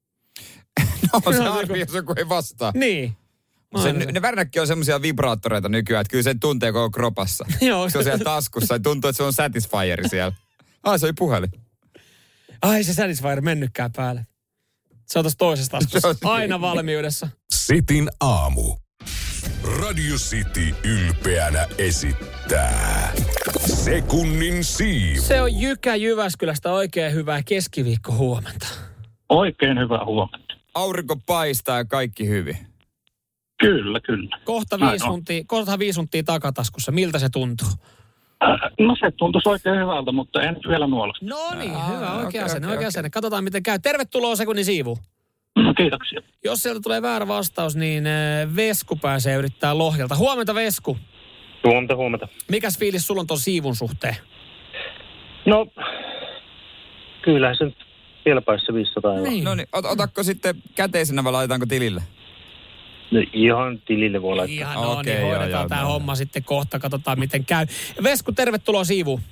C: No se harmi, jos joku ei vastaa.
B: Niin.
C: Se, ne värnäkki on semmoisia vibraattoreita nykyään, että kyllä sen tuntee koko kropassa.
B: Joo.
C: Se on siellä taskussa ja tuntuu, että se on Satisfyeri siellä. Ai, se oli puhelin.
B: Ai, se Satisfyer mennytkään päälle. Se on tuossa toisessa taskussa. Aina valmiudessa.
A: Sitin aamu. Radio City ylpeänä esittää sekunnin siivu.
B: Se on Jykä Jyväskylästä. Oikein hyvää keskiviikko huomenta.
D: Oikein hyvää huomenta.
C: Aurinko paistaa ja kaikki hyvin.
D: Kyllä, kyllä.
B: Kohta viisi tuntia, kohta viisi tuntia takataskussa. Miltä se tuntuu?
D: No se tuntuisi oikein hyvältä, mutta en vielä nuolosta.
B: No niin, hyvä. Oikea asenne, oikea asenne. Katsotaan, miten käy. Tervetuloa sekunnin siivuun.
D: No, kiitoksia.
B: Jos sieltä tulee väärä vastaus, niin Vesku pääsee yrittää Lohjalta. Huomenta, Vesku.
E: Huomenta, huomenta.
B: Mikäs fiilis sulla on ton siivun suhteen?
E: No, kyllähän se vielä päässä viisisataa euroa.
C: Niin. No niin, ot- otatko sitten käteisenä vai laitetaanko tilille?
E: No, ihan tilille voi laittaa.
B: Ihan, no
C: okay,
B: niin, hoidetaan joo, tämä joo, homma joo. Sitten kohta, katsotaan miten käy. Vesku, tervetuloa siivuun.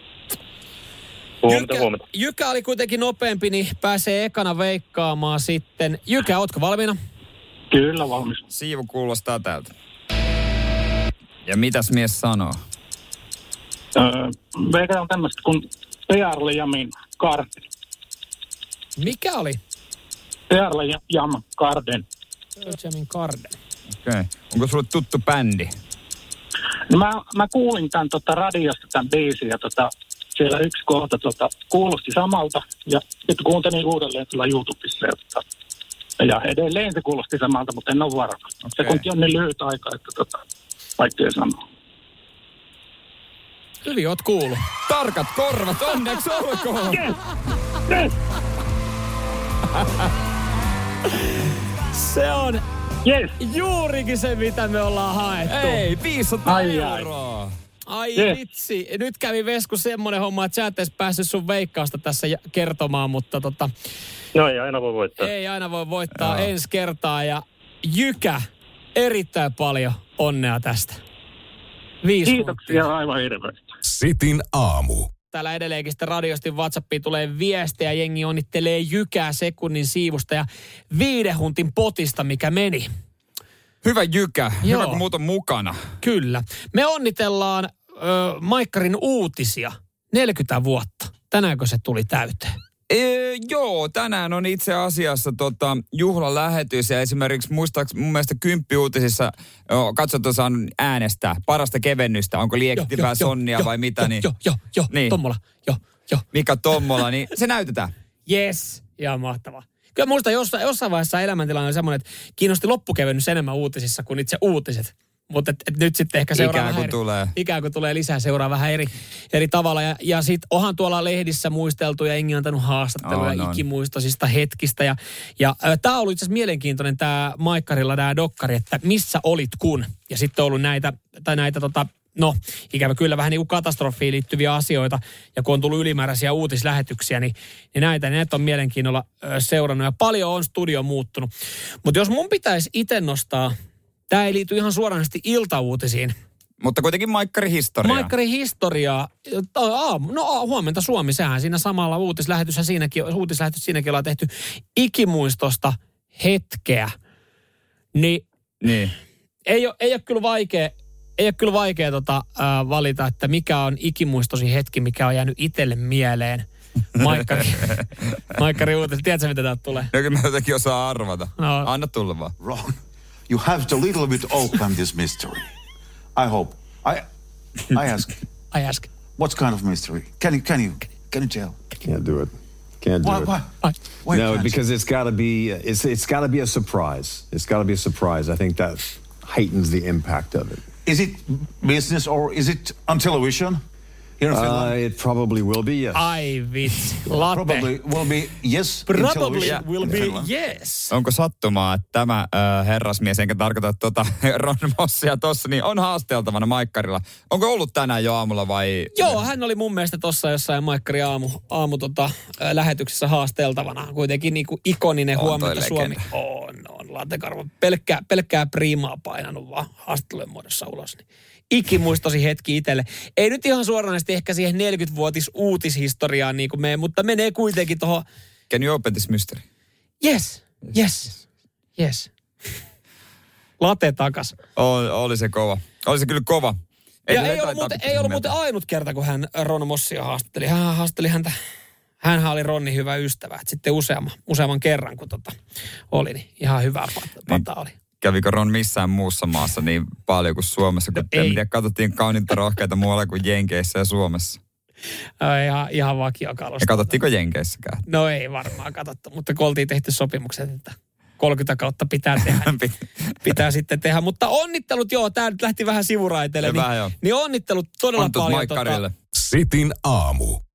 E: Huomenta,
B: Jykä,
E: huomenta.
B: Jykä oli kuitenkin nopeampi, niin pääsee ekana veikkaamaan sitten. Jykä, ootko valmiina?
D: Kyllä, valmis.
C: Siivu kuulostaa tältä. Ja mitäs mies sanoo?
D: Öö, Veikään on tämmöistä kuin Pearl Jamin Garden.
B: Mikä oli?
D: Pearl Jam Garden.
B: Pearl Jamin Garden.
C: Okei. Okay. Onko sulle tuttu bändi?
D: No mä, mä kuulin tämän tota, radiosta tämän biisin ja tota, siellä yksi kohta tota, kuulosti samalta. Ja sitten kuuntelin uudelleen tuolla YouTubessa. Ja, tota, ja edelleen se kuulosti samalta, mutta en ole varma. Okay. Se kuitenkin on niin lyhyt aika, että tota, vaikea sanoa.
B: hyvin oot kuullut.
C: Tarkat korvat, onneksi olkoon.
D: Yes! Yes!
B: Se on
D: Yes!
B: juurikin se, mitä me ollaan haettu.
C: Ei, viisisataa
D: Ai, ai.
C: euroa.
B: Ai
D: Yes.
B: vitsi. Nyt kävi Vesku semmonen homma, että sä et edes päässyt sun veikkausta tässä ja- kertomaan, mutta tota,
E: No ei aina voi voittaa.
B: ei aina voi voittaa
C: Joo.
B: ensi kertaa. Ja Jykä, erittäin paljon onnea tästä. Viisi hunttia.
D: Kiitoksia aivan hirveästi.
A: Sitin aamu.
B: Täällä edelleenkin sitten radiosti WhatsAppiin tulee viestejä. Jengi onnittelee Jykää sekunnin siivusta ja viiden huntin potista, mikä meni.
C: Hyvä Jykä.
B: Joo.
C: Hyvä, kun muut on mukana.
B: Kyllä. Me onnitellaan ö, Maikkarin uutisia. neljäkymmentä vuotta. Tänäänkö se tuli täyteen?
C: Ee, joo, tänään on itse asiassa tota, juhlalähetys ja esimerkiksi muistaaks mun mielestä Kymppi-uutisissa joo, katsot on saanut äänestää parasta kevennystä, onko liekittivää sonnia
B: jo,
C: vai mitä,
B: jo,
C: niin
B: Joo, joo, joo,
C: Niin.
B: Tommola, joo, joo.
C: Mika Tommola, niin se näytetään.
B: Yes, ihan mahtavaa. Kyllä muista jossain, jossain vaiheessa elämäntilanne on semmoinen, että kiinnosti loppukevennys enemmän uutisissa kuin itse uutiset. Mutta et, et nyt sitten ehkä seuraa
C: Ikään
B: vähän
C: kuin
B: eri,
C: tulee.
B: ikään kuin tulee lisää, seuraa vähän eri, eri tavalla. Ja, ja sitten onhan tuolla lehdissä muisteltu ja Engi on antanut haastatteluja
C: On, on.
B: ikimuistoisista hetkistä. Ja, ja tämä on ollut itse asiassa mielenkiintoinen tämä Maikkarilla tämä dokkari, että missä olit kun. Ja sitten on ollut näitä, tai näitä tota, no ikävä kyllä vähän niin kuin katastrofiin liittyviä asioita. Ja kun on tullut ylimääräisiä uutislähetyksiä, niin, niin näitä, niin näitä on mielenkiinnolla ö, seurannut. Ja paljon on studio muuttunut. Mutta jos mun pitäisi itse nostaa, tämä ei liity ihan suoranaisesti iltauutisiin.
C: Mutta kuitenkin Maikkari historia.
B: Maikkarin historiaa, aamu, no huomenta Suomi, sehän siinä samalla uutislähetys, siinäkin, uutislähetys siinäkin ollaan tehty ikimuistosta hetkeä. Niin,
C: Niin.
B: ei ole, ei ole kyllä vaikea, ei ole kyllä vaikea tota, äh, valita, että mikä on ikimuistosi hetki, mikä on jäänyt itselle mieleen. Maikkari, Maikkari uutis, tiedätkö mitä täältä tulee?
C: No kyllä mä jotenkin osaa arvata.
B: No.
C: Anna tulla vaan.
F: Ron, you have to little bit open this mystery. I hope. I I ask,
B: Ai äsken.
F: what kind of mystery? Can you can you can you tell?
G: Can't do it. Can't do
F: Why
G: it.
F: why?
B: Ai.
F: Why
G: No,
F: can't
G: because it's got to be it's it's got to be a surprise. It's got to be a surprise. I think that heightens the impact of it.
F: you? Is it business or is it on television here in
G: Uh,
F: Finland?
G: it probably will be, yes.
B: Ai vitsi, latte.
F: Probably will be yes. in
B: Probably
F: television
B: will
F: in
B: be
F: Finland.
B: yes.
C: Onko sattumaa, että tämä äh, herrasmies, enkä tarkoita tuota Ron Mossia tossa, niin on haasteltavana Maikkarilla. Onko ollut tänään jo aamulla vai?
B: Joo, hän oli mun mielestä tossa jossain Maikkari aamu, aamu tota, ä, lähetyksessä haasteltavana. Kuitenkin niinku ikoninen
C: On
B: huomenta
C: toi
B: Suomi.
C: legenda.
B: On, on. Latekarva. Pelkkää, pelkkää priimaa painanut vaan haastattelujen muodossa ulos. Niin. Ikimuistosi hetki itselle. Ei nyt ihan suoranaisesti ehkä siihen neljäkymmenvuotis uutishistoriaan niin kuin mene, mutta menee kuitenkin tuohon,
C: Can you open this mystery?
B: yes, yes, yes. Late takas.
C: Oli, oli se kova. Oli se kyllä kova.
B: Ja
C: se
B: ei ollut,
C: jotain
B: muuten,
C: tapahtunut
B: ei ollut
C: meiltä.
B: muuten ainut kerta, kun hän Ron Mossia haastatteli. Hän haastatteli häntä. Hänhän oli Ronni hyvä ystävä. Et sitten useamman, useamman kerran, kun tota oli, niin ihan hyvää pata, pata oli.
C: Kävikö Ron missään muussa maassa niin paljon kuin Suomessa? Kun
B: No
C: en
B: ei.
C: tiedä, katsottiin kauniita rohkeita muualla kuin Jenkeissä ja Suomessa.
B: Ää, Ihan, ihan vakiokalosta.
C: Ja katsottiinko Jenkeissäkään?
B: No ei varmaan katsottu, mutta kun oltiin tehty sopimukset, että kolmekymmentä kautta pitää tehdä, niin pitää sitten tehdä. Mutta onnittelut, joo, tämä nyt lähti vähän sivuraiteille.
C: Vähän
B: Niin,
C: joo.
B: niin onnittelut todella
C: Antut
B: paljon.
C: Maikkarille.
A: Sitin aamu.